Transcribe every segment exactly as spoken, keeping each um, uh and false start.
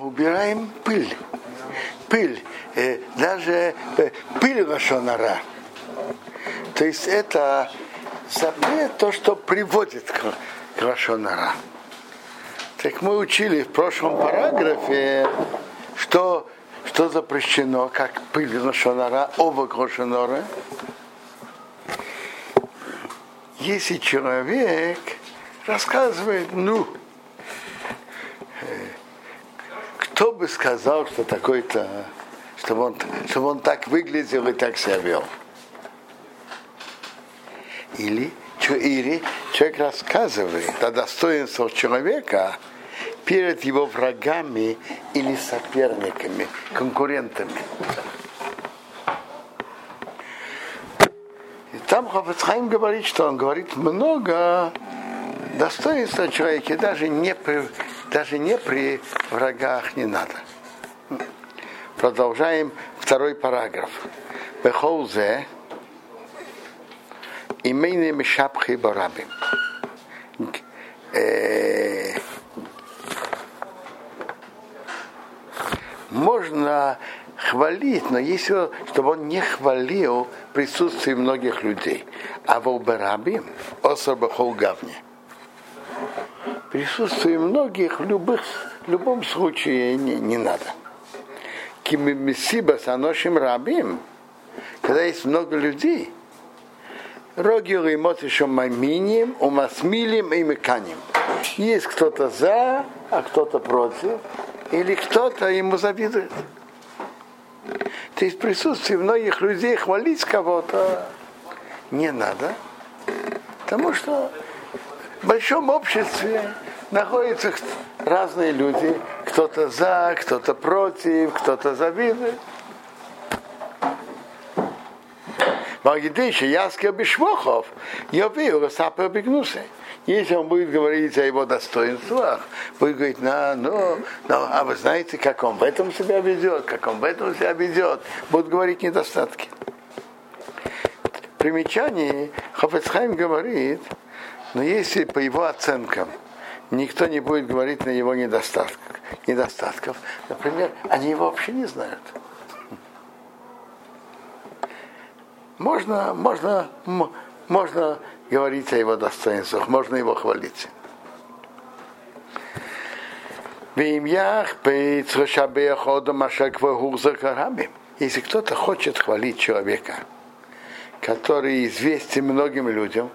убираем пыль. Пыль. Э, даже э, пыль лашон ара. То есть это запрет, то, что приводит к, к лашон ара. Так мы учили в прошлом параграфе, что, что запрещено, как пыль лашон ара, овок лашон ара. Если человек рассказывает, ну, кто бы сказал, что такой-то, чтобы он, чтобы он так выглядел и так себя вел. Или, или человек рассказывает о достоинствах человека перед его врагами или соперниками, конкурентами. И там Хафец Хаим говорит, что он говорит много достоинства человека, даже не при, даже не при врагах не надо. Продолжаем второй параграф. Бехолзе имейны мешапхи барабим. Можно хвалить, но если чтобы он не хвалил присутствие многих людей. А в барабим особо холгавне. Присутствие многих в любых, в любом случае не, не надо. Кимисиба саношим рабим, когда есть много людей, рогил и мот еще маминим, умасмилим и меканим. Есть кто-то за, а кто-то против, или кто-то ему завидует. То есть присутствие многих людей хвалить кого-то не надо, потому что в большом обществе находятся разные люди, кто-то за, кто-то против, кто-то завидует. Магидыша, Яскер Бишвохов, я вижу, Сапер Бигнусы. Если он будет говорить о его достоинствах, будет говорить, ну, ну, ну, а вы знаете, как он в этом себя ведет, как он в этом себя ведет, будут говорить недостатки. В примечании Хафец Хаим говорит, но если по его оценкам никто не будет говорить на его недостатках, недостатков, например, они его вообще не знают. Можно, можно, можно говорить о его достоинствах, можно его хвалить. Если кто-то хочет хвалить человека, который известен многим людям,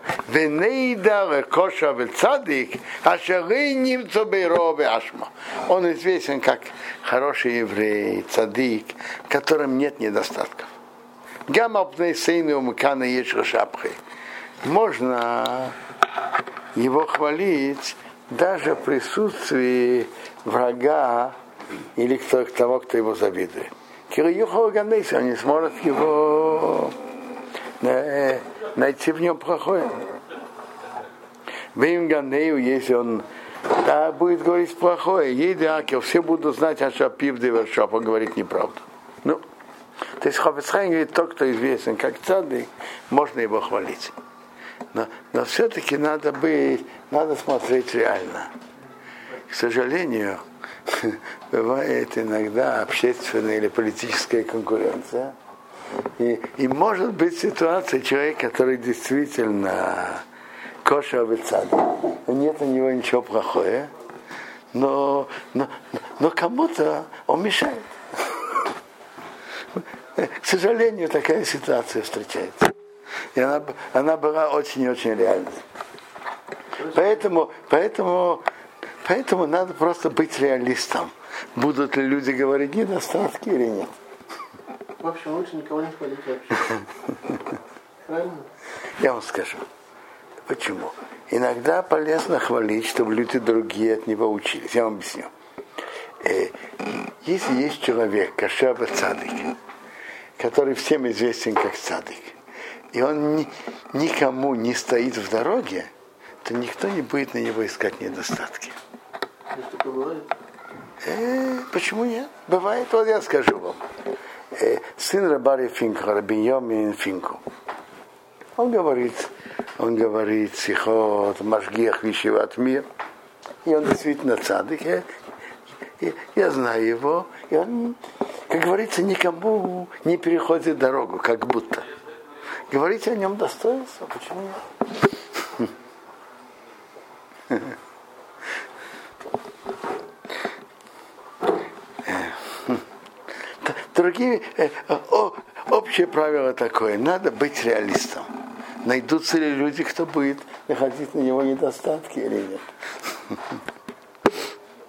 он известен как хороший еврей, цадик, в котором нет недостатков. Можно его хвалить даже в присутствии врага или того, кто его завидует. Он не сможет его найти в нем плохое. Если он да, будет говорить плохое, едакел, все будут знать, а что пив девершоп, он говорит неправду. Ну, то есть Хафец Хаим говорит, тот, кто известен как цадик, можно его хвалить. Но, но все-таки надо быть, надо смотреть реально. К сожалению, бывает иногда общественная или политическая конкуренция. И, и может быть ситуация человека, который действительно кошер цадик. Нет у него ничего плохого, но, но, но кому-то он мешает. К сожалению, такая ситуация встречается. И она, она была очень-очень реальной. Поэтому, поэтому, поэтому надо просто быть реалистом. Будут ли люди говорить недостатки или нет. В общем, лучше никого не хвалить вообще. Правильно? Я вам скажу. Почему? Иногда полезно хвалить, чтобы люди другие от него учились. Я вам объясню. Если есть человек, кошер цадик, который всем известен как цадик, и он ни, никому не стоит в дороге, то никто не будет на него искать недостатки. Что бывает? Э, почему нет? Бывает, вот я скажу вам. Э, сын Рабари Финку, Рабиньомин Финку, он говорит, он говорит, сихот, машгиах, вишиват мир, и он действительно цадик. я, я знаю его, и он, как говорится, никому не переходит дорогу, как будто. Говорите о нем достоинство, почему нет? Другие, общее правило такое, надо быть реалистом. Найдутся ли люди, кто будет находить на него недостатки или нет.